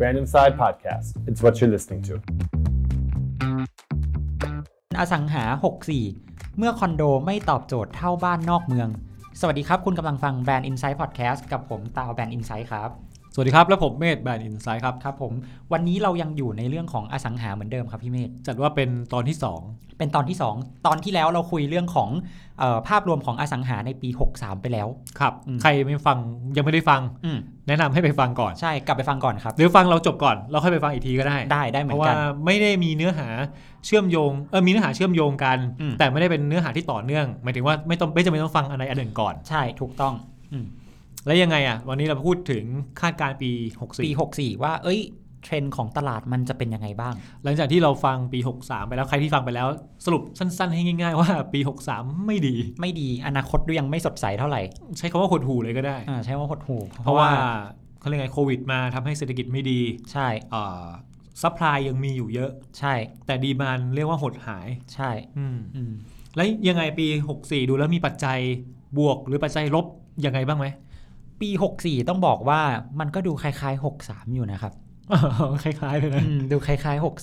Brand Inside Podcast. It's what you're listening to. อสังหา64เมื่อคอนโดไม่ตอบโจทย์เท่าบ้านนอกเมืองสวัสดีครับคุณกำลังฟัง Brand Insight Podcast กับผมตาว Brand Insight ครับสวัสดีครับและผมเมธ Brand Insight ครับครับผมวันนี้เรายังอยู่ในเรื่องของอสังหาเหมือนเดิมครับพี่เมธจัดว่าเป็นตอนที่ 2เป็นตอนที่2ตอนที่แล้วเราคุยเรื่องของภาพรวมของอสังหาในปี63ไปแล้วครับใครไม่ฟังยังไม่ได้ฟังแนะนำให้ไปฟังก่อนใช่กลับไปฟังก่อนครับหรือฟังเราจบก่อนเราค่อยไปฟังอีกทีก็ได้เหมือนกันเพราะว่าไม่ได้มีเนื้อหาเชื่อมโยงมีเนื้อหาเชื่อมโยงกันแต่ไม่ได้เป็นเนื้อหาที่ต่อเนื่องหมายถึงว่าไม่จำเป็นต้องฟังอันใดอันหนึ่งก่อนใช่ถูกต้องแล้วยังไงอ่ะวันนี้เราพูดถึงคาดการณ์ปี 64ว่าเทรนด์ของตลาดมันจะเป็นยังไงบ้างหลังจากที่เราฟังปี63ไปแล้วใครที่ฟังไปแล้วสรุปสั้นๆให้ง่ายๆว่าปี63ไม่ดีอนาคตยังไม่สดใสเท่าไหร่ใช้คำว่าหดหู่เลยก็ได้ใช้ว่าหดหู่เพราะว่าเขาเรียกไงโควิดมาทำให้เศรษฐกิจไม่ดีใช่ซัพพลายยังมีอยู่เยอะใช่แต่ดีมานด์เรียกว่าหดหายใช่แล้วยังไงปี64ดูแล้วมีปัจจัยบวกหรือปัจจัยลบยังไงบ้างไหมปี64ต้องบอกว่ามันก็ดูคล้ายๆ63อยู่นะครับคล้ายๆเลยนะดูคล้ายๆ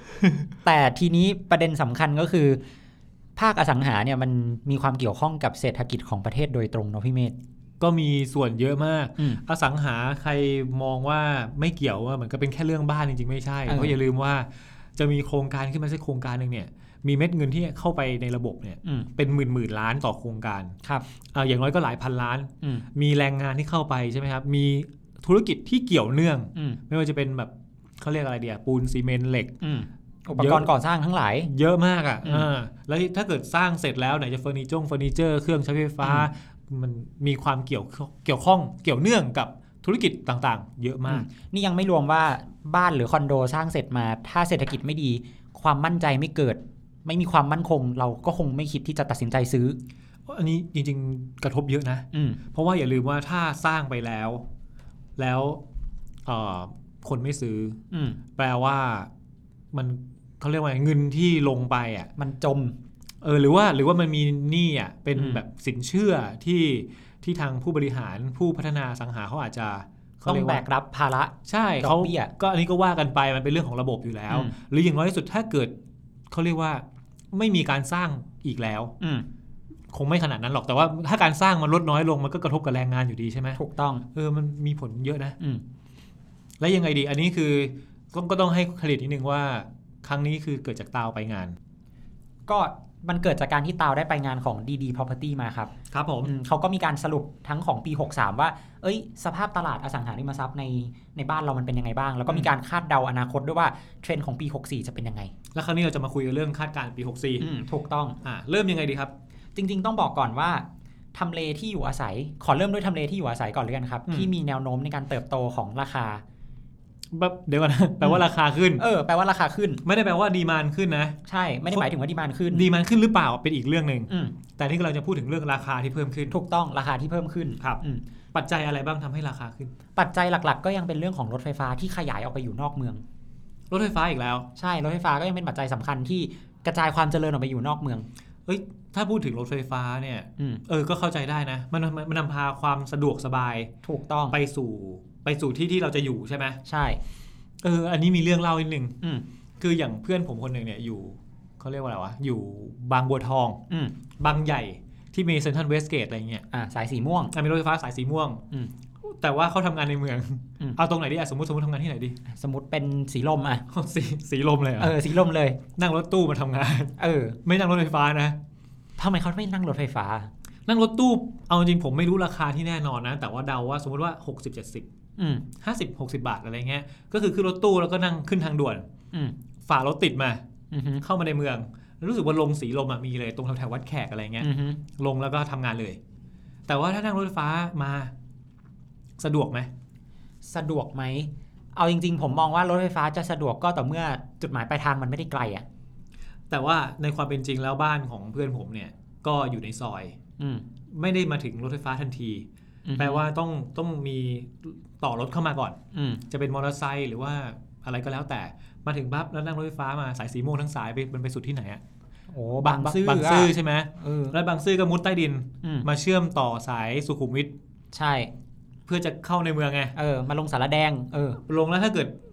63แต่ทีนี้ประเด็นสำคัญก็คือภาคอสังหาเนี่ยมันมีความเกี่ยวข้องกับเศรษฐกิจของประเทศโดยตรงเนาะพี่เมธก็มีส่วนเยอะมากอสังหาใครมองว่าไม่เกี่ยวว่ามันก็เป็นแค่เรื่องบ้านจริงๆไม่ใช่เพราะอย่าลืมว่าจะมีโครงการขึ้นมาสักโครงการนึงเนี่ยมีเม็ดเงินที่เข้าไปในระบบเนี่ยเป็นหมื่นล้านต่อโครงการครับอย่างน้อยก็หลายพันล้านมีแรงงานที่เข้าไปใช่ไหมครับมีธุรกิจที่เกี่ยวเนื่องไม่ว่าจะเป็นแบบเขาเรียกอะไรเดียปูนซีเมนต์เหล็กอุปกรณ์ก่อสร้างทั้งหลายเยอะมากอ่ะแล้วถ้าเกิดสร้างเสร็จแล้วไหนจะเฟอร์นิเจอร์เครื่องใช้ไฟฟ้ามันมีความเกี่ยวข้องเกี่ยวเนื่องกับธุรกิจต่างๆเยอะมากนี่ยังไม่รวมว่าบ้านหรือคอนโดสร้างเสร็จมาถ้าเศรษฐกิจไม่ดีความมั่นใจไม่เกิดไม่มีความมั่นคงเราก็คงไม่คิดที่จะตัดสินใจซื้ออันนี้จริงๆกระทบเยอะนะเพราะว่าอย่าลืมว่าถ้าสร้างไปแล้วคนไม่ซื้อแปลว่ามันเขาเรียกว่าเงินที่ลงไปอ่ะมันจมหรือว่ามันมีหนี้อ่ะเป็นแบบสินเชื่อที่ทางผู้บริหารผู้พัฒนาสังหาเขาอาจจะต้องแบกรับภาระใช่เขาก็อันนี้ก็ว่ากันไปมันเป็นเรื่องของระบบอยู่แล้วหรืออย่างน้อยที่สุดถ้าเกิดเขาเรียกว่าไม่มีการสร้างอีกแล้วคงไม่ขนาดนั้นหรอกแต่ว่าถ้าการสร้างมันลดน้อยลงมันก็กระทบกับแรงงานอยู่ดีใช่ไหมถูกต้องมันมีผลเยอะนะแล้วยังไงดีอันนี้คือก็ต้องให้เครดิตนิดนึงว่าครั้งนี้คือเกิดจากตาวไปงานก็มันเกิดจากการที่ตาวได้ไปงานของ DD Property มาครับครับผมเขาก็มีการสรุปทั้งของปี63ว่าสภาพตลาดอสังหาริมทรัพย์ในบ้านเรามันเป็นยังไงบ้างแล้วก็มีการคาดเดาอนาคตด้วยว่าเทรนด์ของปี64จะเป็นยังไงแล้วครั้งนี้เราจะมาคุยเรื่องคาดการณ์ปี 64ถูกต้องเริ่มยังไงดีครับจริงๆต้องบอกก่อนว่าทำเลที่อยู่อาศัยขอเริ่มด้วยทำเลที่อยู่อาศัยก่อนเลยกันครับที่มีแนวโน้มในการเติบโตของราคาเดี๋ยวก่อนนะแปลว่าราคาขึ้นแปลว่าราคาขึ้นไม่ได้แปลว่าดีมานด์ขึ้นนะใช่ไม่ได้หมายถึงว่าดีมานด์ขึ้นหรือเปล่าเป็นอีกเรื่องนึงแต่นี่เราจะพูดถึงเรื่องราคาที่เพิ่มขึ้นถูกต้องราคาที่เพิ่มขึ้นครับปัจจัยอะไรบ้างทำให้ราคาขึ้นปัจจัยหลักๆก็ยังเป็นเรื่องของรถไฟฟ้าที่ขยายออกไปอยู่นอกเมืองรถไฟฟ้าอีกแล้วใช่รถไฟฟ้าก็ยังเป็นปัจจัยสำคัญที่กระจายความเจริญออกไปอยู่นอกเมืองถ้าพูดถึงรถไฟฟ้าเนี่ยก็เข้าใจได้นะมันนำพาความสะดวกสบายถูกต้องไปสู่ที่เราจะอยู่ใช่ไหมใช่อันนี้มีเรื่องเล่านิดนึงคืออย่างเพื่อนผมคนหนึ่งเนี่ยอยู่เขาเรียกว่าอะไรวะอยู่บางบัวทองบางใหญ่ที่มีเซ็นทรัลเวสต์เกตอะไรเงี้ยสายสีม่วงมีรถไฟฟ้าสายสีม่วงแต่ว่าเขาทำงานในเมืองเอาตรงไหนดีสมมติทำงานที่ไหนดีสมมติเป็นสีลมสีลมเลยสีลมเลยนั่งรถตู้มาทำงานไม่นั่งรถไฟฟ้านะทำไมเขาไม่นั่งรถไฟฟ้านั่งรถตู้เอาจริงผมไม่รู้ราคาที่แน่นอนนะแต่ว่าเดาว่าสมมติว่า60-70 50-60 บาทอะไรเงี้ยก็คือขึ้นรถตู้แล้วก็นั่งขึ้นทางด่วนฝ่ารถติดมาเข้ามาในเมืองรู้สึกว่าลงสีลมมีเลยตรงแถววัดแขกอะไรเงี้ยลงแล้วก็ทำงานเลยแต่ว่าถ้านั่งรถไฟฟ้ามาสะดวกไหมเอาจริงๆผมมองว่ารถไฟฟ้าจะสะดวกก็ต่อเมื่อจุดหมายปลายทางมันไม่ได้ไกลแต่ว่าในความเป็นจริงแล้วบ้านของเพื่อนผมเนี่ยก็อยู่ในซอยไม่ได้มาถึงรถไฟฟ้าทันทีแปลว่าต้องมีต่อรถเข้ามาก่อนจะเป็นมอเตอร์ไซค์หรือว่าอะไรก็แล้วแต่มาถึงปั๊บแล้วนั่งรถไฟฟ้ามาสายสีม่วงทั้งสายมันไปสุดที่ไหนบางซื่อใช่ไหมแล้วบางซื่อก็มุดใต้ดินมาเชื่อมต่อสายสุขุมวิทใช่เพื่อจะเข้าในเมืองไงมาลงสารแดงลงแล้วถ้าเกิด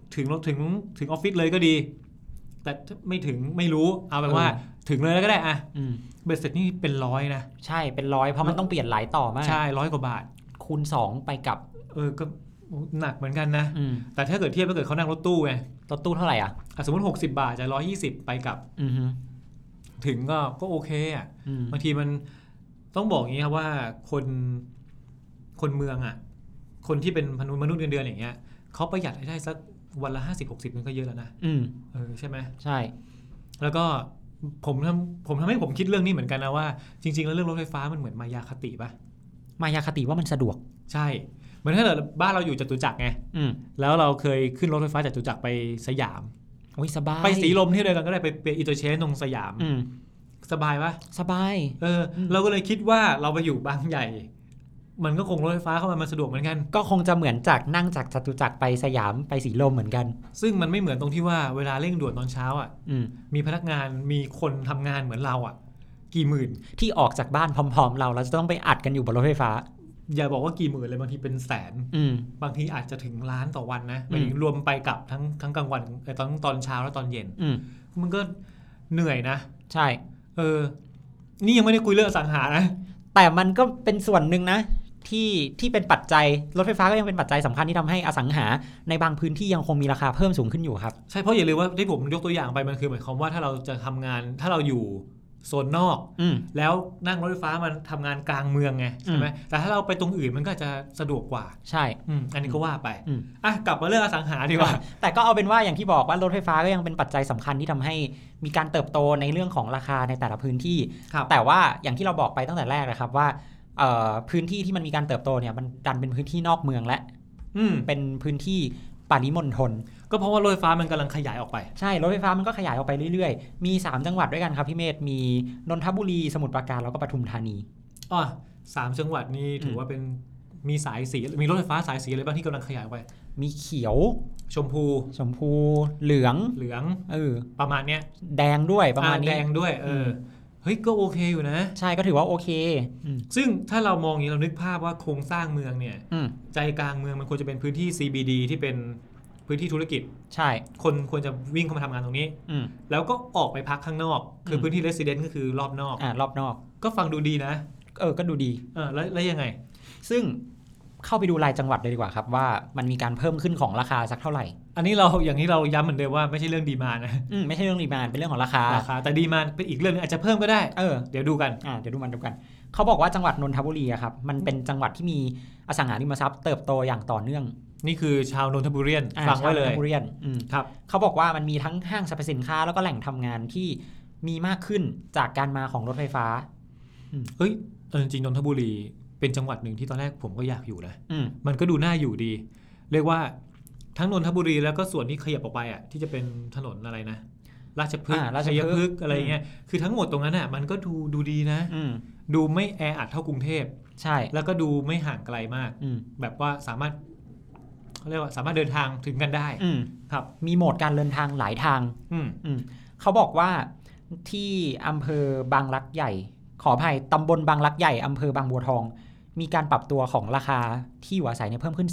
ถึงออฟฟิศเลยก็ดีแต่ไม่ถึงไม่รู้เอาแบบว่าถึงเลยแล้วก็ได้อะเบ็ดเสร็จนี่เป็น100นะใช่เป็น100เพราะมันต้องเปลี่ยนหลายต่อมากใช่100 กว่าบาทคูณ2ไปกับก็หนักเหมือนกันนะแต่ถ้าเกิดเทียบถ้าเกิดเขานั่งรถตู้ไงรถตู้เท่าไหร่สมมติ60 บาทจะ120ไปกับถึงก็โอเคอ่ะบางทีมันต้องบอกอย่างนี้ครับว่าคนเมืองอ่ะคนที่เป็นมนุษย์เงินเดือนอย่างเงี้ยเขาประหยัดได้สักวันละ50-60มันก็เยอะแล้วนะใช่ไหมใช่แล้วก็ผมทำให้ผมคิดเรื่องนี้เหมือนกันนะว่าจริงๆแล้วเรื่องรถไฟฟ้ามันเหมือนมายาคติป่ะมายาคติว่ามันสะดวกใช่เหมือนถ้าเกิดบ้านเราอยู่จตุจักรไงแล้วเราเคยขึ้นรถไฟฟ้าจากจตุจักรไปสยามโอ้ยสบายไปสีลมที่เดียวกันก็ได้ไปอินเตอร์เชนจ์ตรงสยามสบายป่ะสบายเราก็เลยคิดว่าเราไปอยู่บางใหญ่มันก็คงรถไฟฟ้าเข้ามามันสะดวกเหมือนกันก็คงจะเหมือนจากนั่งจากจตุจักรไปสยามไปสีลมเหมือนกันซึ่งมันไม่เหมือนตรงที่ว่าเวลาเร่งด่วนตอนเช้ามีพนักงานมีคนทำงานเหมือนเรากี่หมื่นที่ออกจากบ้านพร้อมๆเราจะต้องไปอัดกันอยู่บนรถไฟฟ้าอย่าบอกว่ากี่หมื่นเลยบางทีเป็นแสนบางทีอาจจะถึงล้านต่อวันนะหมายถึงรวมไปกับทั้งกลางวันตอนเช้าและตอนเย็นมันก็เหนื่อยนะใช่นี่ยังไม่ได้คุยเรื่องอสังหานะแต่มันก็เป็นส่วนหนึ่งนะที่เป็นปัจจัยรถไฟฟ้าก็ยังเป็นปัจจัยสำคัญที่ทำให้อสังหาในบางพื้นที่ยังคงมีราคาเพิ่มสูงขึ้นอยู่ครับใช่เพราะอย่าลืมว่าที่ผมยกตัวอย่างไปมันคือหมายความว่าถ้าเราจะทำงานถ้าเราอยู่โซนนอกแล้วนั่งรถไฟฟ้ามันทำงานกลางเมืองไงใช่ไหมแต่ถ้าเราไปตรงอื่นมันก็จะสะดวกกว่าใช่อันนี้ก็ว่าไปกลับมาเรื่องอสังหาดีกว่าแต่ก็เอาเป็นว่าอย่างที่บอกว่ารถไฟฟ้าก็ยังเป็นปัจจัยสำคัญที่ทำให้มีการเติบโตในเรื่องของราคาในแต่ละพื้นที่แต่ว่าอย่างที่เราบอกไปตั้งแต่แรกนะครับว่าพื้นที่ที่มันมีการเติบโตเนี่ยมันดันเป็นพื้นที่นอกเมืองและเป็นพื้นที่ปริมณฑลก็เพราะว่ารถไฟฟ้ามันกำลังขยายออกไปใช่รถไฟฟ้ามันก็ขยายออกไปเรื่อยๆมี3จังหวัดด้วยกันครับพี่เมธมีนนทบุรีสมุทรปราการแล้วก็ปทุมธานี 3จังหวัดนี้ถือว่าเป็นมีสายสีมีรถไฟฟ้าสายสีอะไรบ้างที่กำลังขยายไปมีเขียวชมพูเหลืองประมาณเนี้ยแดงด้วยประมาณนี้แดงด้วยเฮ้ยก็โอเคอยู่นะใช่ก็ถือว่าโอเคซึ่งถ้าเรามองอย่างนี้เรานึกภาพว่าโครงสร้างเมืองเนี่ยใจกลางเมืองมันควรจะเป็นพื้นที่ CBD ที่เป็นพื้นที่ธุรกิจใช่คนควรจะวิ่งเข้ามาทำงานตรงนี้แล้วก็ออกไปพักข้างนอกคือพื้นที่ Resident ก็คือรอบนอกรอบนอกก็ฟังดูดีนะก็ดูดีแล้วยังไงซึ่งเข้าไปดูรายจังหวัดเลยดีกว่าครับว่ามันมีการเพิ่มขึ้นของราคาสักเท่าไหร่อันนี้เราอย่างนี้เราย้ำเหมือนเดิมว่าไม่ใช่เรื่องดีมานด์นะไม่ใช่เรื่องดีมานด์เป็นเรื่องของราคาแต่ดีมานด์เป็นอีกเรื่องนึงอาจจะเพิ่มก็ได้เดี๋ยวดูกันเขาบอกว่าจังหวัดนนทบุรีครับมันเป็นจังหวัดที่มีอสังหาริมทรัพย์เติบโตอย่างต่อเนื่องนี่คือชาวนนทบุรีฟังไว้เลยครับเขาบอกว่ามันมีทั้งห้างสรรพสินค้าแล้วก็แหล่งทำงานที่มีมากขึ้นจากการมาของรถไฟฟ้าจริงๆนนทบุรีเป็นจังหวัดหนึ่งที่ตอนแรกผมก็อยากอยู่นะมันก็ดูน่าอยู่ดีเรียกว่าทั้งนนทบุรีแล้วก็ส่วนที่ขยับออกไปที่จะเป็นถนนอะไรนะราชพฤกษ์ชัยพฤกษ์อะไรเงี้ยคือทั้งหมดตรงนั้นมันก็ดูดีนะดูไม่แออัดเท่ากรุงเทพใช่แล้วก็ดูไม่ห่างไกลมากแบบว่าสามารถเรียกว่าสามารถเดินทางถึงกันได้ครับมีโหมดการเดินทางหลายทางเขาบอกว่าที่อำเภอบางรักใหญ่ขออภัยตำบลบางรักใหญ่อำเภอบางบัวทองมีการปรับตัวของราคาที่อยู่อาศัยเพิ่มขึ้น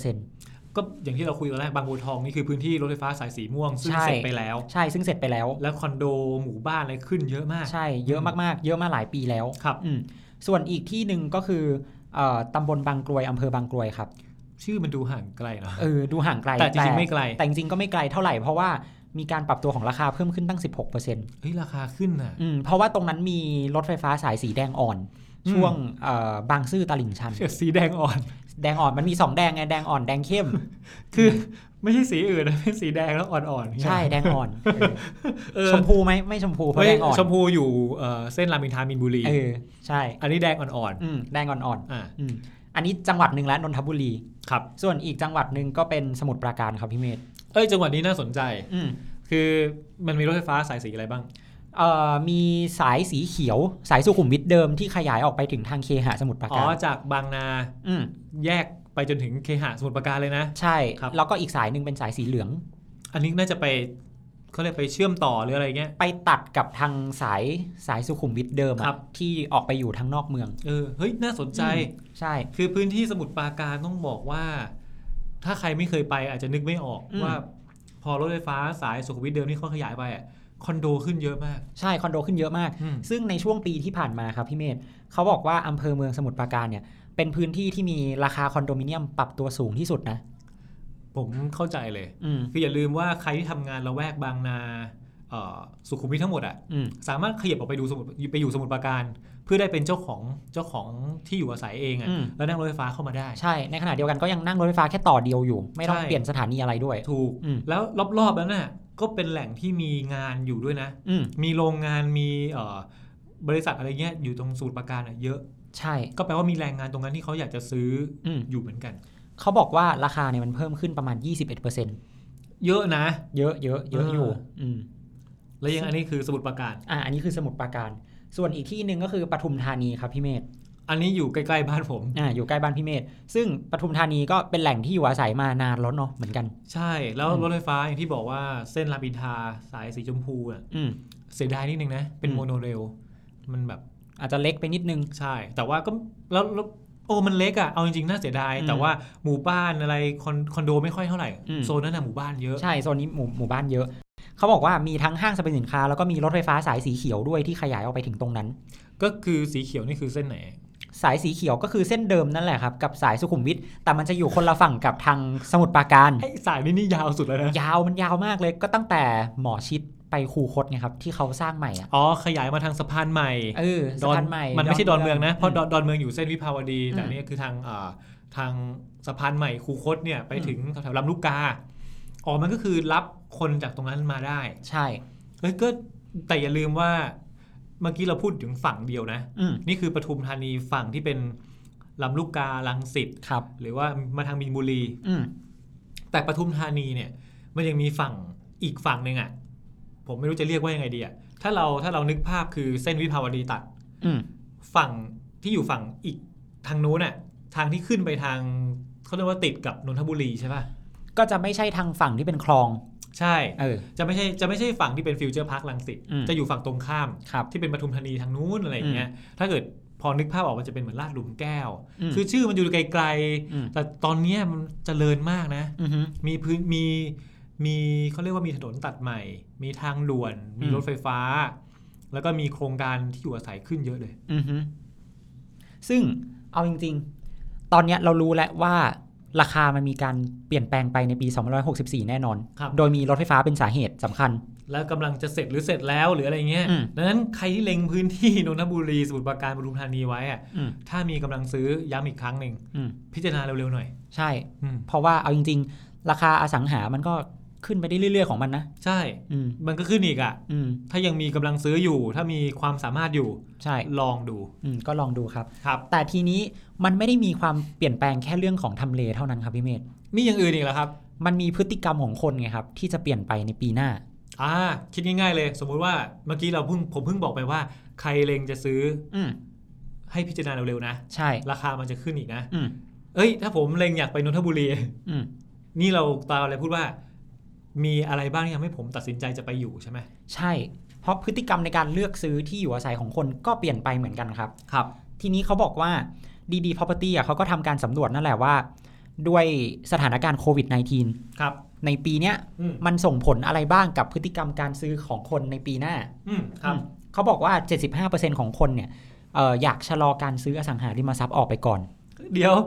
13% ก็อย่างที่เราคุยกันแรกบางบัวทองนี่คือพื้นที่รถไฟฟ้าสายสีม่วงซึ่งเสร็จไปแล้วใช่ซึ่งเสร็จไปแล้วแล้วคอนโดหมู่บ้านอะไรขึ้นเยอะมากใช่เยอะมากๆเยอะมาหลายปีแล้วครับส่วนอีกที่นึงก็คือตำบลบางกรวยอำเภอบางกรวยครับชื่อมันดูห่างไกลเนาะดูห่างไกลแต่จริงๆไม่ไกลแต่จริงๆก็ไม่ไกลเท่าไหร่เพราะว่ามีการปรับตัวของราคาเพิ่มขึ้นตั้ง 16% เฮ้ยราคาขึ้นน่ะเพราะว่าตรงนั้นมีรถไฟฟ้าสายสีแดงอ่อนช่วงบางซื่อตลิ่งชันสีแดงอ่อนมันมี2แดงไงแดงอ่อนแดงเข้มคือไม่ใช่สีอื่นนะเป็นสีแดงแล้วอ่อนๆใช่แดงอ่อนชมพูไหมไม่ชมพูเพราะแดงอ่อนชมพูอยู่เส้นรามอินทรามีนบุรีใช่อันนี้แดงอ่อนๆแดงอ่อนๆอันนี้จังหวัดนึงแล้วนนทบุรีครับส่วนอีกจังหวัดนึงก็เป็นสมุทรปราการครับพี่เมธจังหวัดนี้น่าสนใจคือมันมีรถไฟฟ้าสายสีอะไรบ้างมีสายสีเขียวสายสุขุมวิทเดิมที่ขยายออกไปถึงทางเคหะสมุทรปราการจากบางนาแยกไปจนถึงเคหะสมุทรปราการเลยนะใช่ครับแล้วก็อีกสายนึงเป็นสายสีเหลืองอันนี้น่าจะไปเขาเรียกไปเชื่อมต่อหรืออะไรเงี้ยไปตัดกับทางสายสุขุมวิทเดิมที่ออกไปอยู่ทางนอกเมืองเฮ้ยน่าสนใจใช่คือพื้นที่สมุทรปราการต้องบอกว่าถ้าใครไม่เคยไปอาจจะนึกไม่ออกว่าอรถไฟฟ้าสายสุขุมวิทเดิมที่เขาขยายไปอ่ะคอนโดขึ้นเยอะมากใช่คอนโดขึ้นเยอะมากซึ่งในช่วงปีที่ผ่านมาครับพี่เมธเขาบอกว่าอำเภอเมืองสมุทรปราการเนี่ยเป็นพื้นที่ที่มีราคาคอนโดมิเนียมปรับตัวสูงที่สุดนะผมเข้าใจเลยคืออย่าลืมว่าใครที่ทำงานละแวกบางนาสุขุมวิททั้งหมดอ่ะสามารถขยับออกไปอยู่สมุทรปราการเพื่อได้เป็นเจ้าของที่อยู่อาศัยเองอ่ะแล้วนั่งรถไฟฟ้าเข้ามาได้ใช่ในขณะเดียวกันก็ยังนั่งรถไฟฟ้าแค่ต่อเดียวอยู่ไม่ต้องเปลี่ยนสถานีอะไรด้วยถูกแล้วรอบๆนั้นน่ะก็เป็นแหล่งที่มีงานอยู่ด้วยนะมีโรงงานมีบริษัทอะไรเงี้ยอยู่ตรงสมุทรปราการเยอะใช่ก็แปลว่ามีแรงงานตรงนั้นที่เขาอยากจะซื้ออยู่เหมือนกันเขาบอกว่าราคาเนี่ยมันเพิ่มขึ้นประมาณ 21% เยอะนะเยอะอยู่แล้วยังอันนี้คือสมุทรปราการอันนี้คือสมุทรปราการส่วนอีกที่นึงก็คือปทุมธานีครับพี่เมธอันนี้อยู่ใกล้ๆบ้านผมอยู่ใกล้บ้านพี่เมธซึ่งปทุมธานีก็เป็นแหล่งที่อยู่อาศัยมานานแล้วเนาะเหมือนกันใช่แล้วรถไฟฟ้าอย่างที่บอกว่าเส้นรามอินทราสายสีชมพูเสียดายนิดนึงนะเป็นโมโนเรลมันแบบอาจจะเล็กไปนิดนึงใช่แต่ว่าก็แล้วมันเล็กอ่ะเอาจริงๆน่าเสียดายแต่ว่าหมู่บ้านอะไรคอนโดไม่ค่อยเท่าไหร่โซนนั้นน่ะหมู่บ้านเยอะใช่โซนนี้หมู่บ้านเยอะเขาบอกว่ามีทั้งห้างสรรพสินค้าแล้วก็มีรถไฟฟ้าสายสีเขียวด้วยที่ขยายออกไปถึงตรงนั้นก็คือสีเขียวนี่คือเส้นไหนสายสีเขียวก็คือเส้นเดิมนั่นแหละครับกับสายสุขุมวิทแต่มันจะอยู่คนละฝั่งกับทางสมุทรปราการไอ้สายนี่ยาวสุดแล้วนะมันยาวมากเลยก็ตั้งแต่หมอชิดไปคูคตไงครับที่เขาสร้างใหม่ขยายมาทางสะพานใหม่สะพานใหม่มันไม่ใช่ดอนเมืองนะเพราะดอนเมืองอยู่เส้นวิภาวดีแต่นี่คือทางสะพานใหม่คูคตเนี่ยไปถึงแถวลำลูกกามันก็คือรับคนจากตรงนั้นมาได้ใช่ก็แต่อย่าลืมว่าเมื่อกี้เราพูดถึงฝั่งเดียวนะนี่คือปทุมธานีฝั่งที่เป็นลำลูกการังสิตหรือว่ามาทางมีนบุรีแต่ปทุมธานีเนี่ยมันยังมีฝั่งอีกฝั่งนึงอ่ะผมไม่รู้จะเรียกว่ายังไงดีอ่ะถ้าเรานึกภาพคือเส้นวิภาวดีตัดฝั่งที่อยู่ฝั่งอีกทางนู้นอ่ะทางที่ขึ้นไปทางเขาเรียกว่าติดกับนนทบุรีใช่ป่ะก็จะไม่ใช่ทางฝั่งที่เป็นคลองใช่จะไม่ใช่ฝั่งที่เป็นฟิวเจอร์พาร์ครังสิตจะอยู่ฝั่งตรงข้ามที่เป็นปทุมธานีทางนู้นอะไรอย่างเงี้ยถ้าเกิดพอนึกภาพออกมันจะเป็นเหมือนลาดหลุมแก้วคือชื่อมันอยู่ไกลๆแต่ตอนนี้มันเจริญมากนะมีพื้นมีเขาเรียกว่ามีถนนตัดใหม่มีทางด่วนมีรถไฟฟ้าแล้วก็มีโครงการที่อยู่อาศัยขึ้นเยอะเลยซึ่งเอาจริงๆตอนนี้เรารู้แล้วว่าราคามันมีการเปลี่ยนแปลงไปในปี2564แน่นอนโดยมีรถไฟฟ้าเป็นสาเหตุสำคัญแล้วกำลังจะเสร็จหรือเสร็จแล้วหรืออะไรเงี้ยดังนั้นใครที่เล็งพื้นที่นนทบุรีสมุทรปราการปทุมธานีไว้ถ้ามีกำลังซื้อย้ำอีกครั้งหนึ่งพิจารณาเร็วๆหน่อยใช่เพราะว่าเอาจริงๆราคาอสังหามันก็ขึ้นไปได้เรื่อยๆของมันนะใช่มันก็ขึ้นอีกถ้ายังมีกำลังซื้ออยู่ถ้ามีความสามารถอยู่ใช่ลองดูก็ลองดูครับแต่ทีนี้มันไม่ได้มีความเปลี่ยนแปลงแค่เรื่องของทำเลเท่านั้นครับพี่เมธมีอย่างอื่นอีกเหรอครับมันมีพฤติกรรมของคนไงครับที่จะเปลี่ยนไปในปีหน้าคิดง่ายๆเลยสมมุติว่าเมื่อกี้ผมเพิ่งบอกไปว่าใครเล็งจะซื้อให้พิจารณาเร็วๆนะใช่ราคามันจะขึ้นอีกนะถ้าผมเล็งอยากไปนนทบุรีนี่เราตอนอะไรพูดว่ามีอะไรบ้างที่ทำให้ผมตัดสินใจจะไปอยู่ใช่ไหมใช่เพราะพฤติกรรมในการเลือกซื้อที่อยู่อาศัยของคนก็เปลี่ยนไปเหมือนกันครับทีนี้เขาบอกว่า DD Property เขาก็ทำการสำรวจนั่นแหละว่าด้วยสถานการณ์โควิด -19 ครับในปีนี้มันส่งผลอะไรบ้างกับพฤติกรรมการซื้อของคนในปีหน้าเขาบอกว่า 75% ของคนเนี่ยอยากชะลอการซื้ออสังหาริมทรัพย์ออกไปก่อนเดี๋ยว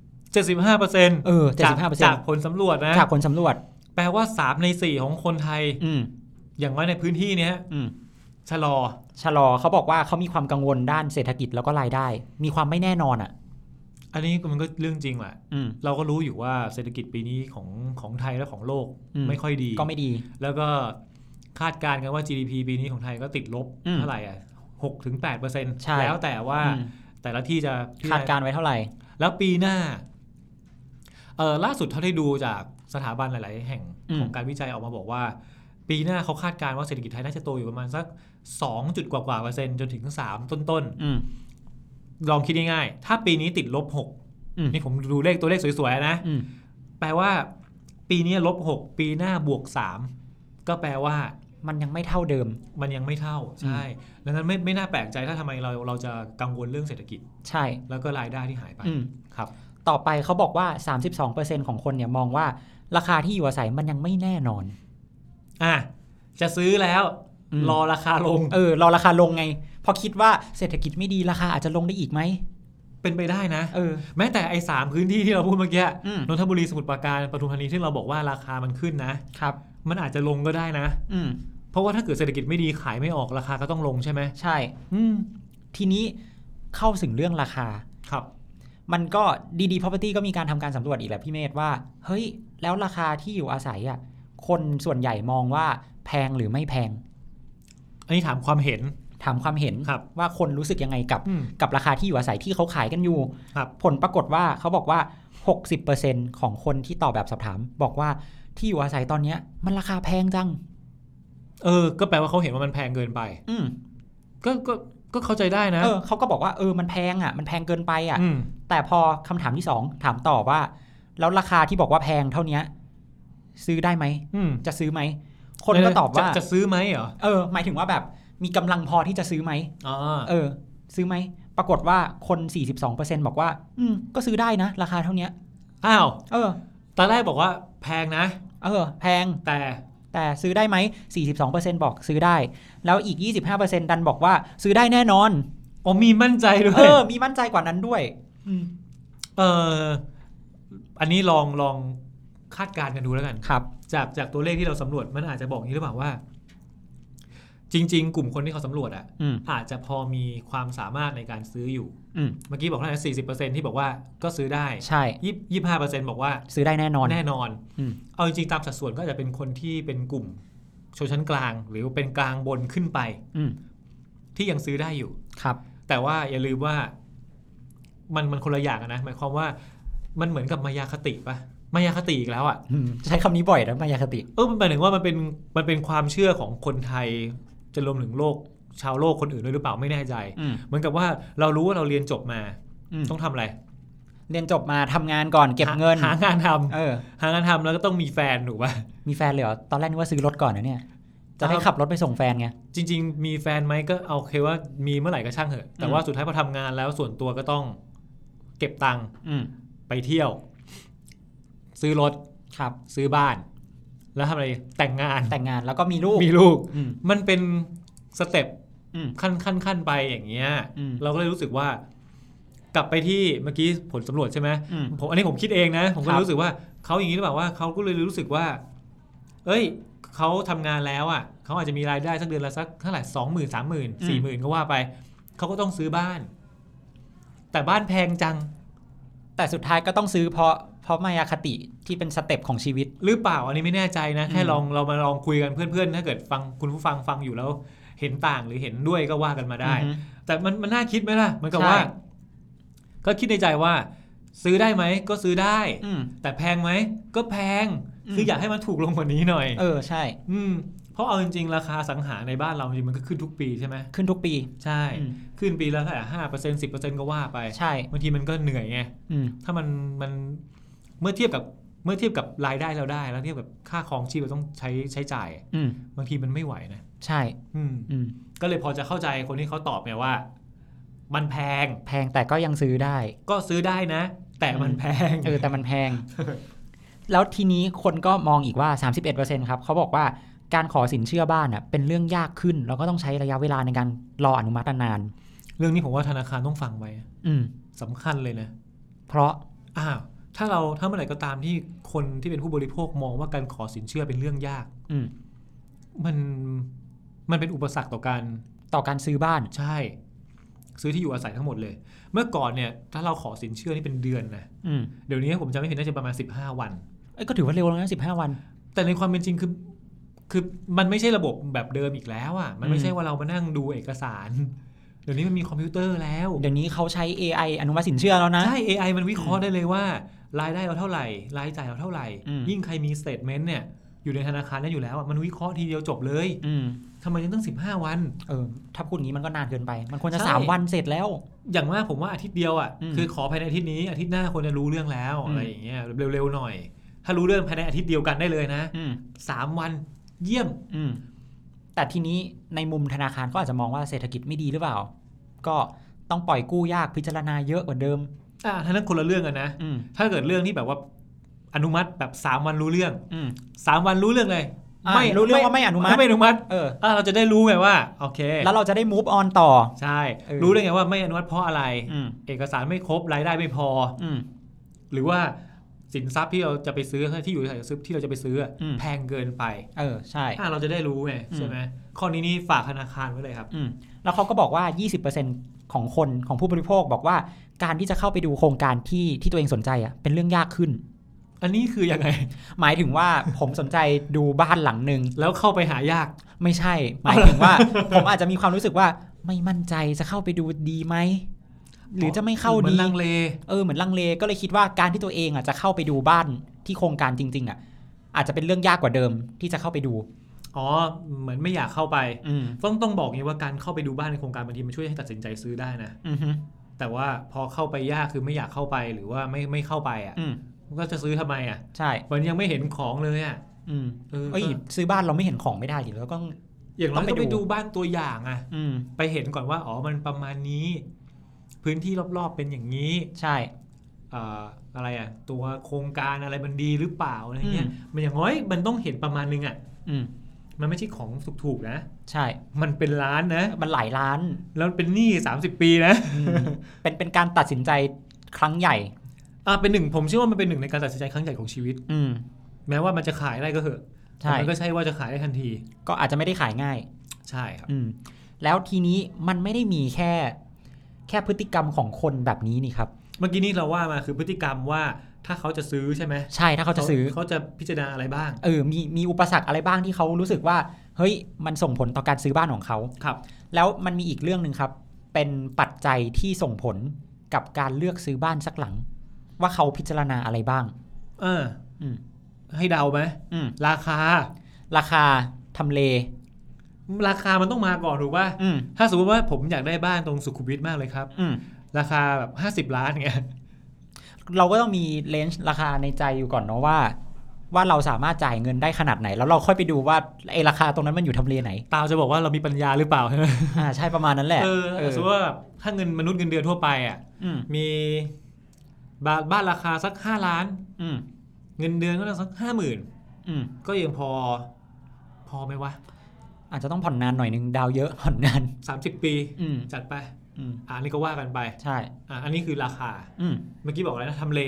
75% 75% จากผลสำรวจนะจากผลสำรวจแปลว่า3ใน4ของคนไทยอย่างน้อยในพื้นที่นี้ชะลอเขาบอกว่าเขามีความกังวลด้านเศรษฐกิจแล้วก็รายได้มีความไม่แน่นอนอันนี้มันก็เรื่องจริงแหละเราก็รู้อยู่ว่าเศรษฐกิจปีนี้ของไทยและของโลกไม่ค่อยดีก็ไม่ดีแล้วก็คาดการณ์กันว่า GDP ปีนี้ของไทยก็ติดลบเท่าไหร่6-8% แล้วแต่ว่าแต่ละที่จะคาดการณ์ไว้เท่าไหร่แล้วปีหน้าล่าสุดเท่าที่ดูจากสถาบันหลายๆแห่งของการวิจัยออกมาบอกว่าปีหน้าเขาคาดการณ์ว่าเศรษฐกิจไทยน่าจะโตอยู่ประมาณสัก2 กว่า%จนถึง3ต้นลองคิดง่ายๆถ้าปีนี้ติดลบ6นี่ผมดูตัวเลขสวยๆนะแปลว่าปีนี้ลบ6ปีหน้าบวก3ก็แปลว่ามันยังไม่เท่าเดิมมันยังไม่เท่าใช่ดังนั้นไม่น่าแปลกใจถ้าทำไมเราจะกังวลเรื่องเศรษฐกิจใช่แล้วก็รายได้ที่หายไปครับต่อไปเขาบอกว่า 32% ของคนเนี่ยมองว่าราคาที่อยู่อาศัยมันยังไม่แน่นอนจะซื้อแล้วรอราคาลงรอราคาลงไงพอคิดว่าเศรษฐกิจไม่ดีราคาอาจจะลงได้อีกไหมเป็นไปได้นะแม้แต่ไอ้3พื้นที่ที่เราพูดเมื่อกี้นนทบุรีสมุทรปราการปทุมธานีที่เราบอกว่าราคามันขึ้นนะครับมันอาจจะลงก็ได้นะเพราะว่าถ้าเกิดเศรษฐกิจไม่ดีขายไม่ออกราคาก็ต้องลงใช่ไหมใช่ทีนี้เข้าถึงเรื่องราคาครับมันก็ดีๆ property ก็มีการทำการสำรวจอีกแหละพี่เมธว่าเฮ้ยแล้วราคาที่อยู่อาศัยคนส่วนใหญ่มองว่าแพงหรือไม่แพงอันนี้ถามความเห็นว่าคนรู้สึกยังไงกับราคาที่อยู่อาศัยที่เขาขายกันอยู่ผลปรากฏว่าเขาบอกว่า 60% ของคนที่ตอบแบบสอบถามบอกว่าที่อยู่อาศัยตอนนี้มันราคาแพงจังก็แปลว่าเขาเห็นว่ามันแพงเกินไปก็เข้าใจได้นะเขาก็บอกว่ามันแพงมันแพงเกินไปแต่พอคำถามที่2ถามต่อว่าแล้วราคาที่บอกว่าแพงเท่านี้ซื้อได้ไหมจะซื้อไหมคนก็ตอบว่าจะซื้อไหมเหรอหมายถึงว่าแบบมีกำลังพอที่จะซื้อไหมซื้อไหมปรากฏว่าคน 42% บอกว่าก็ซื้อได้นะราคาเท่านี้อ้าวตอนแรกบอกว่าแพงนะแพงแต่ซื้อได้ไหม 42% บอกซื้อได้แล้วอีก 25% ดันบอกว่าซื้อได้แน่นอนมีมั่นใจด้วยมีมั่นใจกว่านั้นด้วยอันนี้ลองคาดการณ์กันดูแล้วกันครับจากตัวเลขที่เราสำรวจมันอาจจะบอกนี้หรือเปล่าว่าจริงๆกลุ่มคนที่เขาสำรวจอาจจะพอมีความสามารถในการซื้ออยู่เมื่อกี้บอกว่า 40% ที่บอกว่าก็ซื้อได้ใช่ 25% บอกว่าซื้อได้แน่นอนเอาจริงๆตามสัดส่วนก็จะเป็นคนที่เป็นกลุ่มชนชั้นกลางหรือเป็นกลางบนขึ้นไปที่ยังซื้อได้อยู่ครับแต่ว่าอย่าลืมว่ามันคนละอย่างนะหมายความว่ามันเหมือนกับมายาคติปะมายาคติอีกแล้วใช้คำนี้บ่อยนะมายาคติมันหมายถึงว่ามันเป็นความเชื่อของคนไทยจะรวมถึงโลกชาวโลกคนอื่นด้วยหรือเปล่าไม่แน่ใจเหมือนกับว่าเรารู้ว่าเราเรียนจบมาต้องทำอะไรเรียนจบมาทำงานก่อนเก็บเงินหางานทำหางานทำแล้วก็ต้องมีแฟนถูกป่ะมีแฟนเลยเหรอตอนแรกนึกว่าซื้อรถก่อนนะเนี่ยจะได้ขับรถไปส่งแฟนไงจริงๆมีแฟนไหมก็เอาเคว่ามีเมื่อไหร่ก็ช่างเถอะแต่ว่าสุดท้ายพอทำงานแล้วส่วนตัวก็ต้องเก็บตังค์ไปเที่ยวซื้อรถครับซื้อบ้านแล้วทำอะไรแต่งงานแล้วก็มีลูกมันเป็นสเต็ปขั้นไปอย่างเงี้ยเราก็เลยรู้สึกว่ากลับไปที่เมื่อกี้ผลสำรวจใช่ไหมอันนี้ผมคิดเองนะผมก็รู้สึกว่าเขาอย่างนี้หรือเปล่าว่าเขาก็เลยรู้สึกว่าเขาทำงานแล้วเขาอาจจะมีรายได้สักเดือนละสักเท่าไหร่ 20,000 30,000 40,000ก็ว่าไปเขาก็ต้องซื้อบ้านแต่บ้านแพงจังแต่สุดท้ายก็ต้องซื้อเพราะมายาคติที่เป็นสเต็ปของชีวิตหรือเปล่าอันนี้ไม่แน่ใจนะแค่เรามาลองคุยกันเพื่อนๆถ้าเกิดฟังคุณผู้ฟังอยู่แล้วเห็นต่างหรือเห็นด้วยก็ว่ากันมาได้แต่มันน่าคิดไหมล่ะเหมือนกับว่าก็คิดในใจว่าซื้อได้ไหมก็ซื้อได้แต่แพงไหมก็แพงคืออยากให้มันถูกลงกว่านี้หน่อยใช่เพราะเอาจริงๆราคาสังหาในบ้านเราจริงมันก็ขึ้นทุกปีใช่ไหมขึ้นทุกปีใช่ขึ้นปีละเท่าไหร่ 5% 10% ก็ว่าไปใช่บางทีมันก็เหนื่อยไงถ้ามันเมื่อเทียบกับรายได้เราได้แล้วเทียบกับค่าครองชีพเราต้องใช้จ่ายบางทีมันไม่ไหวนะใช่ก็เลยพอจะเข้าใจคนที่เขาตอบไงว่ามันแพงแต่ก็ยังซื้อได้ก็ซื้อได้นะแต่มันแพงแต่มันแพงแล้วทีนี้คนก็มองอีกว่า 31% ครับเขาบอกว่าการขอสินเชื่อบ้านเป็นเรื่องยากขึ้นแล้วก็ต้องใช้ระยะเวลาในการรออนุมัตินานเรื่องนี้ผมว่าธนาคารต้องฟังไว้สำคัญเลยนะเพราะถ้าเมื่อไหร่ก็ตามที่คนที่เป็นผู้บริโภคมองว่าการขอสินเชื่อเป็นเรื่องยากมันเป็นอุปสรรคต่อการซื้อบ้านใช่ซื้อที่อยู่อาศัยทั้งหมดเลยเมื่อก่อนเนี่ยถ้าเราขอสินเชื่อนี่เป็นเดือนนะเดี๋ยวนี้ผมจำไม่ผิดน่าจะประมาณ15 วันก็ถือว่าเร็วแล้วนะ15 วันแต่ในความเป็นจริงคือมันไม่ใช่ระบบแบบเดิมอีกแล้วมันไม่ใช่ว่าเรามานั่งดูเอกสารเดี๋ยวนี้มันมีคอมพิวเตอร์แล้วเดี๋ยวนี้เขาใช้ AI อนุมัติสินเชื่อแล้วนะใช่ AI มันวิเคราะห์ได้เลยว่ารายได้เราเท่าไหร่รายจ่ายเราเท่าไหร่ยิ่งใครมีสเตทเมนต์เนี่ยอยู่ในธนาคารนั้นอยู่แล้วมันวิเคราะห์ทีเดียวจบเลยทำไมยังต้อง15 วันถ้าพูดอย่างนี้มันก็นานเกินไปมันควรจะ3 วันเสร็จแล้วอย่างมากผมว่าอาทิตย์เดียวคือขอภายในอาทิตย์นี้อาทิตย์หน้าควรจะรู้เรื่องแล้วอะไรอย่างเงี้ยเร็วๆหน่อยถ้ารู้เรื่องภายในอาทิตย์เดียวกันได้เลยนะ3 วันเยี่ยมแต่ทีนี้ในมุมธนาคารก็อาจจะมองว่าเศรษฐกิจไม่ดีหรือเปล่าก็ต้องปล่อยกู้ยากพิจารณาเยอะกว่าเดิมถ้านั้นคนละเรื่องกันนะถ้าเกิดเรื่องที่แบบว่าอนุมัติแบบ3 วันรู้เรื่อง3 วันรู้เรื่องเลยไม่รู้เรื่องว่าไม่อนุมัติเราจะได้รู้ไงว่าโอเคแล้วเราจะได้ move on ต่อใช่รู้ได้ไงว่าไม่อนุมัติเพราะอะไรเอกสารไม่ครบรายได้ไม่พอหรือว่าสินทรัพย์ที่เราจะไปซื้อที่อยู่ที่เราจะไปซื้อแพงเกินไปใช่เราจะได้รู้ไงใช่ไหมข้อนี้นี่ฝากธนาคารไว้เลยครับแล้วเขาก็บอกว่า 20% ของคนของผู้บริโภคบอกว่าการที่จะเข้าไปดูโครงการที่ตัวเองสนใจเป็นเรื่องยากขึ้นอันนี้คือยังไงหมายถึงว่าผมสนใจดูบ้านหลังนึงแล้วเข้าไปหายากไม่ใช่หมายถึงว่าผมอาจจะมีความรู้สึกว่าไม่มั่นใจจะเข้าไปดูดีไหมหรือจะไม่เข้าดีเหมือนลังเลเหมือนลังเลก็เลยคิดว่าการที่ตัวเองจะเข้าไปดูบ้านที่โครงการจริงๆอาจจะเป็นเรื่องยากกว่าเดิมที่จะเข้าไปดูเหมือนไม่อยากเข้าไปต้องบอกงี้ว่าการเข้าไปดูบ้านในโครงการบางทีมันช่วยให้ตัดสินใจซื้อได้นะแต่ว่าพอเข้าไปยากคือไม่อยากเข้าไปหรือว่าไม่เข้าไปก็จะซื้อทำไมใช่มันยังไม่เห็นของเลยซื้อบ้านเราไม่เห็นของไม่ได้ดิแล้วก็อย่างน้อยก็ไปดูบ้านตัวอย่างไปเห็นก่อนว่ามันประมาณนี้พื้นที่รอบๆเป็นอย่างนี้ใช่อะไรตัวโครงการอะไรมันดีหรือเปล่าอะไรเงี้ยมันอย่างน้อยมันต้องเห็นประมาณนึงมันไม่ใช่ของถูกๆนะใช่มันเป็นล้านนะมันหลายล้านแล้วเป็นหนี้30 ปีนะเป็นการตัดสินใจครั้งใหญ่เป็นหนึ่งผมเชื่อว่ามันเป็นหนึ่งในการตัดสินใจครั้งใหญ่ของชีวิตแม้ว่ามันจะขายได้ก็เถอะมันก็ใช่ว่าจะขายได้ทันทีก็อาจจะไม่ได้ขายง่ายใช่ครับแล้วทีนี้มันไม่ได้มีแค่พฤติกรรมของคนแบบนี้นี่ครับเมื่อกี้นี้เราว่ามาคือพฤติกรรมว่าถ้าเขาจะซื้อใช่ไหมใช่ถ้าเขาจะซื้อเขาจะพิจารณาอะไรบ้างมีอุปสรรคอะไรบ้างที่เขารู้สึกว่าเฮ้ยมันส่งผลต่อการซื้อบ้านของเขาครับแล้วมันมีอีกเรื่องนึงครับเป็นปัจจัยที่ส่งผลกับการเลือกซื้อบ้านสักหลังว่าเขาพิจารณาอะไรบ้างให้เดาไหมราคาทำเลราคามันต้องมาก่อนถูกป่ะถ้าสมมติว่าผมอยากได้บ้านตรงสุขุมวิทมากเลยครับราคาแบบ50 ล้านเงี้ยเราก็ต้องมีเลนส์ราคาในใจอยู่ก่อนเนาะว่าเราสามารถจ่ายเงินได้ขนาดไหนแล้วเราค่อยไปดูว่าไอ้ราคาตรงนั้นมันอยู่ทำเลไหนตาจะบอกว่าเรามีปัญญาหรือเปล่าใช่ประมาณนั้นแหละสมมติว่าถ้าเงินมนุษย์เงินเดือนทั่วไปมีบ้านราคาสัก5 ล้านเงินเดือนก็สัก50,000ก็ยังพอไหมวะอาจจะต้องผ่อนนานหน่อยนึงดาวเยอะผ่อนนาน 30 ปีจัดไปอันนี้ก็ว่ากันไปใช่อันนี้คือราคาเมื่อกี้บอกอะไรนะทำเล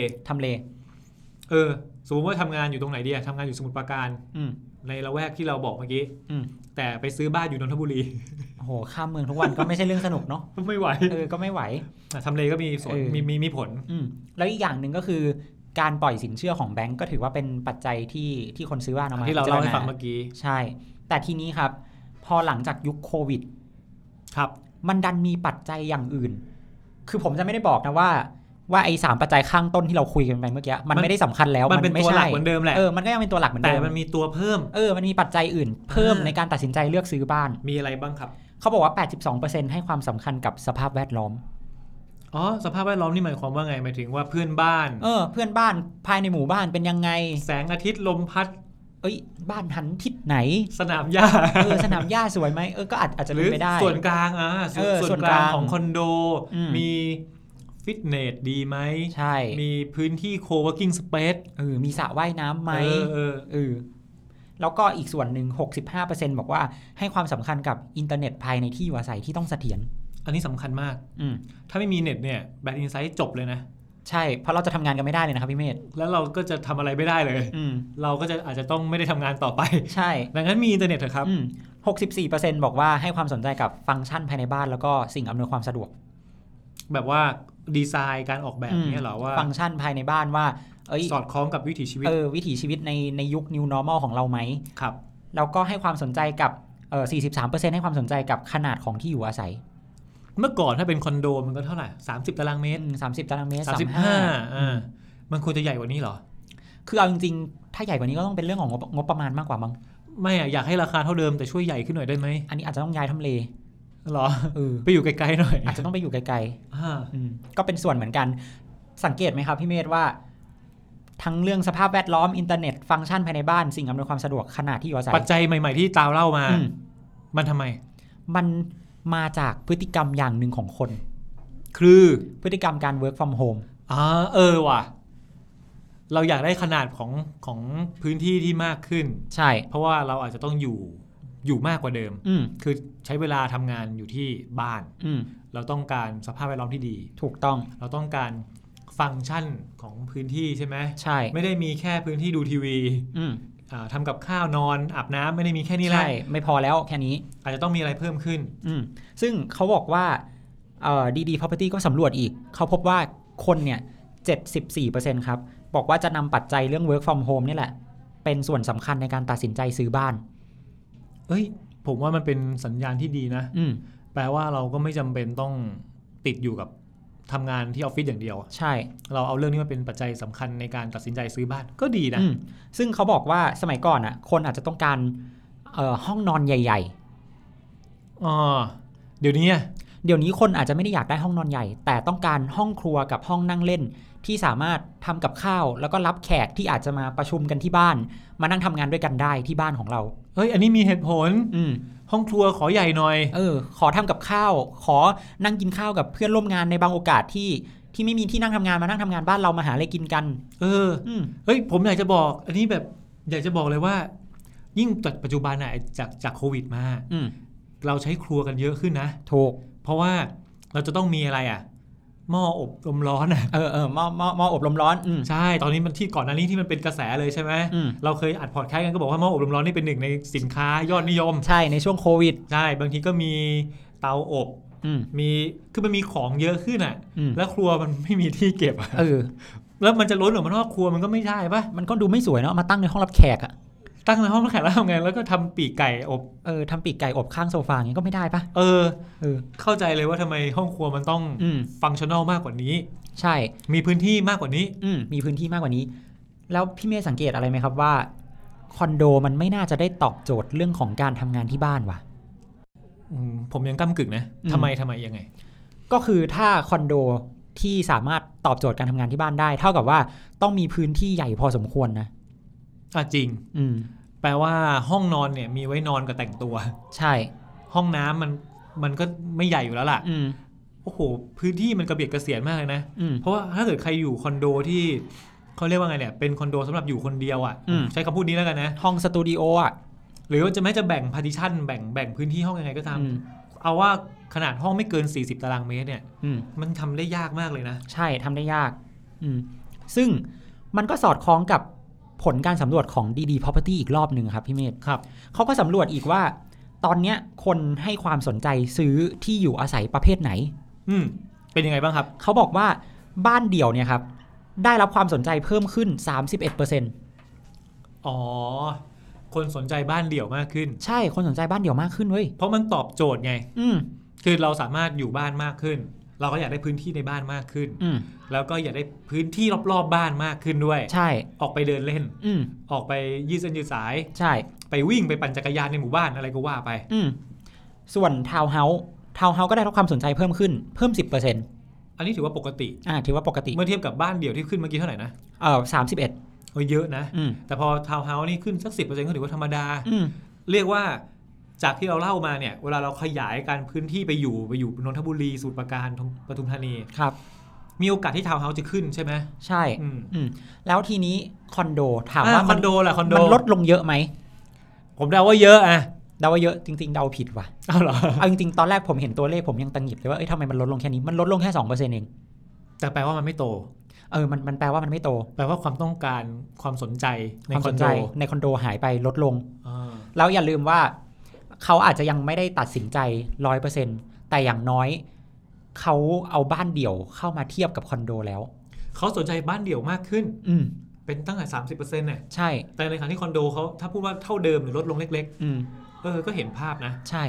สมมติว่าทำงานอยู่ตรงไหนดีทำงานอยู่สมุทรปราการในละแวกที่เราบอกเมื่อกี้แต่ไปซื้อบ้านอยู่นนทบุรีโอ้โหข้ามเมืองทุกวันก็ไม่ใช่เรื่องสนุกเนาะไม่ไหวก็ไม่ไหวทำเลก็มีส่วนมีผลแล้วอีกอย่างหนึ่งก็คือการปล่อยสินเชื่อของแบงก์ก็ถือว่าเป็นปัจจัยที่คนซื้อบ้านเอามาที่เราเล่าให้ฟังเมื่อกี้ใช่แต่ทีนี้ครับพอหลังจากยุคโควิดครับมันดันมีปัจจัยอย่างอื่นคือผมจะไม่ได้บอกนะว่าไอ้3ปัจจัยข้างต้นที่เราคุยกันไปเมื่อกี้มันไม่ได้สำคัญแล้วมันเป็นตัวหลักเหมือนเดิมแหละมันก็ยังเป็นตัวหลักเหมือนเดิมแต่มันมีตัวเพิ่มมันมีปัจจัยอื่นเพิ่มในการตัดสินใจเลือกซื้อบ้านมีอะไรบ้างครับเขาบอกว่า 82% ให้ความสำคัญกับสภาพแวดล้อมสภาพแวดล้อมนี่หมายความว่าไงหมายถึงว่าเพื่อนบ้านเพื่อนบ้านภายในหมู่บ้านเป็นยังไงแสงอาทิตย์ลมพัดบ้านหันทิศไหนสนามหญ้าสนามหญ้าสวยไหมก็อาจจะเป็นไปได้ส่วนกลางส่วนกลางของคอนโดมีฟิตเนสดีไหมใช่มีพื้นที่ co-working space มีสระว่ายน้ำไหมแล้วก็อีกส่วนหนึ่ง 65% บอกว่าให้ความสำคัญกับอินเทอร์เน็ตภายในที่อยู่อาศัยที่ต้องเสถียรอันนี้สำคัญมากถ้าไม่มีเน็ตเนี่ยแบดอินไซต์จบเลยนะใช่เพราะเราจะทำงานกันไม่ได้เลยนะครับพี่เมธแล้วเราก็จะทำอะไรไม่ได้เลยเราก็จะอาจจะต้องไม่ได้ทำงานต่อไปใช่ดังนั้นมีอินเทอร์เน็ตเถอะครับ 64% บอกว่าให้ความสนใจกับฟังก์ชันภายในบ้านแล้วก็สิ่งอำนวยความสะดวกแบบว่าดีไซน์การออกแบบนี้เหรอว่าฟังก์ชันภายในบ้านว่าสอดคล้องกับวิถีชีวิตวิถีชีวิตในยุค New Normal ของเราไหมครับแล้วก็ให้ความสนใจกับ43% ให้ความสนใจกับขนาดของที่อยู่อาศัยเมื่อก่อนถ้าเป็นคอนโดมันก็เท่าไหร่30 ตารางเมตร 30 ตารางเมตร 35มันควรจะใหญ่กว่านี้เหรอคือเอาจริงๆถ้าใหญ่กว่านี้ก็ต้องเป็นเรื่องของงบประมาณมากกว่ามั้งไม่อยากให้ราคาเท่าเดิมแต่ช่วยใหญ่ขึ้นหน่อยได้ไหมอันนี้อาจจะต้องย้ายทำเลหรอไปอยู่ไกลๆหน่อยอาจจะต้องไปอยู่ไกลๆก็เป็นส่วนเหมือนกันสังเกตไหมครับพี่เมธว่าทั้งเรื่องสภาพแวดล้อมอินเทอร์เน็ตฟังก์ชันภายในบ้านสิ่งอำนวยความสะดวกขนาดที่อยู่อาศัยปัจจัยใหม่ๆที่ตาวเล่ามามันทำไมมันมาจากพฤติกรรมอย่างหนึ่งของคนคือพฤติกรรมการ work from home ว่ะเราอยากได้ขนาดของพื้นที่ที่มากขึ้นใช่เพราะว่าเราอาจจะต้องอยู่มากกว่าเดิมคือใช้เวลาทำงานอยู่ที่บ้านเราต้องการสภาพแวดล้อมที่ดีถูกต้องเราต้องการฟังก์ชันของพื้นที่ใช่ไหมใช่ไม่ได้มีแค่พื้นที่ดูทีวีทำกับข้าวนอนอาบน้ำไม่ได้มีแค่นี้แหละใช่ไม่พอแล้วแค่นี้อาจจะต้องมีอะไรเพิ่มขึ้นซึ่งเขาบอกว่าDD Property ก็สำรวจอีกเขาพบว่าคนเนี่ย 74% ครับบอกว่าจะนำปัจจัยเรื่อง work from home นี่แหละเป็นส่วนสำคัญในการตัดสินใจซื้อบ้านผมว่ามันเป็นสัญญาณที่ดีนะแปลว่าเราก็ไม่จำเป็นต้องติดอยู่กับทำงานที่ออฟฟิศอย่างเดียวใช่เราเอาเรื่องนี้มาเป็นปัจจัยสำคัญในการตัดสินใจซื้อบ้านก็ดีนะซึ่งเขาบอกว่าสมัยก่อนคนอาจจะต้องการห้องนอนใหญ่ๆเดี๋ยวนี้คนอาจจะไม่ได้อยากได้ห้องนอนใหญ่แต่ต้องการห้องครัวกับห้องนั่งเล่นที่สามารถทำกับข้าวแล้วก็รับแขกที่อาจจะมาประชุมกันที่บ้านมานั่งทำงานด้วยกันได้ที่บ้านของเราอันนี้มีเหตุผลห้องครัวขอใหญ่หน่อยขอทำกับข้าวขอนั่งกินข้าวกับเพื่อนร่วมงานในบางโอกาสที่ไม่มีที่นั่งทำงานมานั่งทำงานบ้านเรามาหาอะไรกินกันผมอยากจะบอกอันนี้แบบอยากจะบอกเลยว่ายิ่งปัจจุบันจากโควิดมาเราใช้ครัวกันเยอะขึ้นนะถูกเพราะว่าเราจะต้องมีอะไรหม้ออบลมร้อนหม้ออบลมร้อนใช่ตอนนี้มันที่ก่อนหน้านี้ที่มันเป็นกระแสเลยใช่ไหมเราเคยอัดพอดแคสต์กันก็บอกว่าหม้ออบลมร้อนนี่เป็นหนึ่งในสินค้ายอดนิยมใช่ในช่วงโควิดใช่บางทีก็มีเตาอบคือมันมีของเยอะขึ้นแล้วครัวมันไม่มีที่เก็บแล้วมันจะล้นออกมานอกครัวมันก็ไม่ได้ป่ะมันก็ดูไม่สวยเนาะมาตั้งในห้องรับแขกตั้งในห้องรับแขกแล้วทำไงแล้วก็ทำปีกไก่อบทำปีกไก่อบข้างโซฟาอย่างนี้ก็ไม่ได้ปะเข้าใจเลยว่าทำไมห้องครัวมันต้องฟังก์ชันนอลมากกว่านี้ใช่มีพื้นที่มากกว่านี้มีพื้นที่มากกว่านี้แล้วพี่เมย์สังเกตอะไรไหมครับว่าคอนโดมันไม่น่าจะได้ตอบโจทย์เรื่องของการทำงานที่บ้านว่ะผมยังก้ำกึ่งนะทำไมยังไงก็คือถ้าคอนโดที่สามารถตอบโจทย์การทำงานที่บ้านได้เท่ากับว่าต้องมีพื้นที่ใหญ่พอสมควรนะจริงแปลว่าห้องนอนเนี่ยมีไว้นอนกับแต่งตัวใช่ห้องน้ำมันก็ไม่ใหญ่อยู่แล้วล่ะโอ้โหพื้นที่มันกระเบียดกระเสียดมากเลยนะเพราะว่าถ้าเกิดใครอยู่คอนโดที่เขาเรียกว่าไงเนี่ยเป็นคอนโดสำหรับอยู่คนเดียวใช้คำพูดนี้แล้วกันนะห้องสตูดิโอหรือว่าจะแบ่งพาร์ติชันแบ่งพื้นที่ห้องยังไงก็ตามเอาว่าขนาดห้องไม่เกิน40ตารางเมตรเนี่ยมันทำได้ยากมากเลยนะใช่ทำได้ยากซึ่งมันก็สอดคล้องกับผลการสำรวจของ DD Property อีกรอบหนึ่งครับพี่เมธครับเขาก็สำรวจอีกว่าตอนนี้คนให้ความสนใจซื้อที่อยู่อาศัยประเภทไหนเป็นยังไงบ้างครับเขาบอกว่าบ้านเดี่ยวเนี่ยครับได้รับความสนใจเพิ่มขึ้น 31% คนสนใจบ้านเดี่ยวมากขึ้นใช่คนสนใจบ้านเดี่ยวมากขึ้นเว้ยเพราะมันตอบโจทย์ไงคือเราสามารถอยู่บ้านมากขึ้นเราก็อยากได้พื้นที่ในบ้านมากขึ้นแล้วก็อยากได้พื้นที่รอบๆบ้านมากขึ้นด้วยใช่ออกไปเดินเล่นออกไปยืดเส้นยืดสายใช่ไปวิ่งไปปั่นจักรยานในหมู่บ้านอะไรก็ว่าไปส่วนทาวน์เฮาส์ก็ได้รับความสนใจเพิ่มขึ้นเพิ่ม 10% อันนี้ถือว่าปกติถือว่าปกติเมื่อเทียบกับบ้านเดี่ยวที่ขึ้นเมื่อกี้เท่าไหร่นะ 31 เยอะนะแต่พอทาวน์เฮาส์นี่ขึ้นสัก 10% ก็ถือว่าธรรมดาเรียกว่าจากที่เราเล่ามาเนี่ยเวลาเราขยายการพื้นที่ไปอยู่นนทบุรีสมุทรปราการปทุมธานีครับมีโอกาสที่ทาวน์เฮาส์จะขึ้นใช่ไหมใช่แล้วทีนี้คอนโดถามว่าคอนโดล่ะคอนโดมันลดลงเยอะไหมผมเดาว่าเยอะเดาว่าเยอะจริงๆเดาผิดว่ะเอาจริงๆตอนแรกผมเห็นตัวเลขผมยังตังหงิดเลยว่าทำไมมันลดลงแค่นี้มันลดลงแค่ 2% เองแต่แปลว่ามันไม่โตมันแปลว่ามันไม่โตแปลว่าความต้องการความสนใจในคอนโดหายไปลดลงแล้วอย่าลืมว่าเขาอาจจะยังไม่ได้ตัดสินใจ 100% แต่อย่างน้อยเขาเอาบ้านเดี่ยวเข้ามาเทียบกับคอนโดแล้วเขาสนใจบ้านเดี่ยวมากขึ้นเป็นตั้งแต่ 30% เนี่ยใช่แต่ในขณะที่คอนโดเขาถ้าพูดว่าเท่าเดิมหรือลดลงเล็กๆก็เห็นภาพนะใช่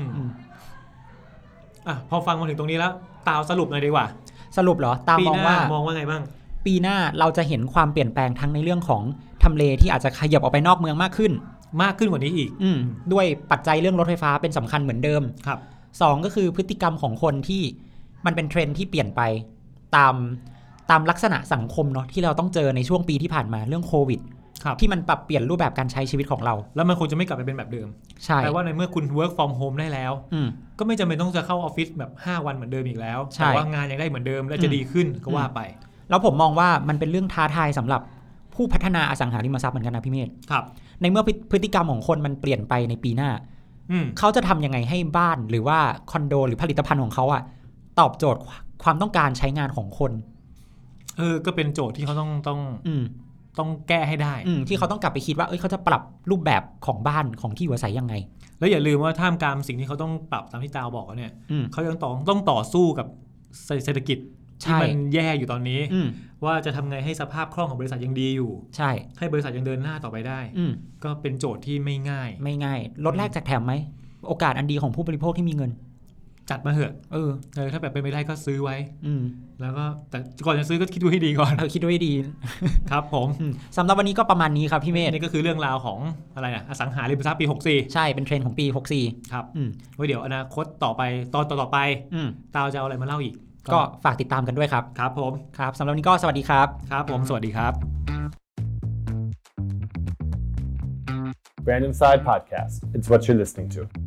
พอฟังมาถึงตรงนี้แล้วตาวสรุปหน่อยดีกว่าสรุปเหรอตามมองว่าไงบ้างปีหน้าเราจะเห็นความเปลี่ยนแปลงทั้งในเรื่องของทำเลที่อาจจะขยับออกไปนอกเมืองมากขึ้นกว่านี้อีกด้วยปัจจัยเรื่องรถไฟฟ้าเป็นสำคัญเหมือนเดิมครับ 2ก็คือพฤติกรรมของคนที่มันเป็นเทรนด์ที่เปลี่ยนไปตามลักษณะสังคมเนาะที่เราต้องเจอในช่วงปีที่ผ่านมาเรื่องโควิดที่มันปรับเปลี่ยนรูปแบบการใช้ชีวิตของเราแล้วมันคงจะไม่กลับไปเป็นแบบเดิมใช่แปลว่าในเมื่อคุณ work from home ได้แล้วก็ไม่จำเป็นต้องจะเข้าออฟฟิศแบบ5วันเหมือนเดิมอีกแล้วแต่ว่างานยังได้เหมือนเดิมและจะดีขึ้นก็ว่าไปแล้วผมมองว่ามันเป็นเรื่องท้าทายสำหรับผู้พัฒนาอสังหาริมทรัพย์เหมือนกันนะพี่เมธครับในเมื่อพฤติกรรมของคนมันเปลี่ยนไปในปีหน้าเขาจะทำยังไงให้บ้านหรือว่าคอนโดหรือผลิตภัณฑ์ของเขาอะตอบโจทย์ความต้องการใช้งานของคนก็เป็นโจทย์ที่เขาต้องแก้ให้ได้ที่เขาต้องกลับไปคิดว่าเขาจะปรับรูปแบบของบ้านของที่อยู่อาศัยยังไงแล้วอย่าลืมว่าท่ามกลางสิ่งที่เขาต้องปรับตามที่ตาวบอกเนี่ยเขายังต้องต่อสู้กับเศรษฐกิจที่มันแย่อยู่ตอนนี้ว่าจะทำไงให้สภาพคล่องของบริษัทยังดีอยู่ใช่ให้บริษัทยังเดินหน้าต่อไปได้ก็เป็นโจทย์ที่ไม่ง่ายลดแลกแจกแถมไหมโอกาสอันดีของผู้บริโภคที่มีเงินจัดมาเหอะถ้าแบบเป็นไปได้ก็ซื้อไว้แล้วก็แต่ก่อนจะซื้อก็คิดดูให้ดีก่อนคิดดูให้ดีครับผมสำหรับวันนี้ก็ประมาณนี้ครับพี่เมธนี่ก็คือเรื่องราวของอะไรอสังหาริมทรัพย์ปี64 ใช่เป็นเทรนด์ของปี64 ครับไว้เดี๋ยวอนาคตต่อไปตอนต่อไปตาวจะเอาอะไรมาเล่าอีกก็ฝากติดตามกันด้วยครับครับผมครับสำหรับวันนี้ก็สวัสดีครับครับผมสวัสดีครับ Random Side Podcast. It's what you're listening to.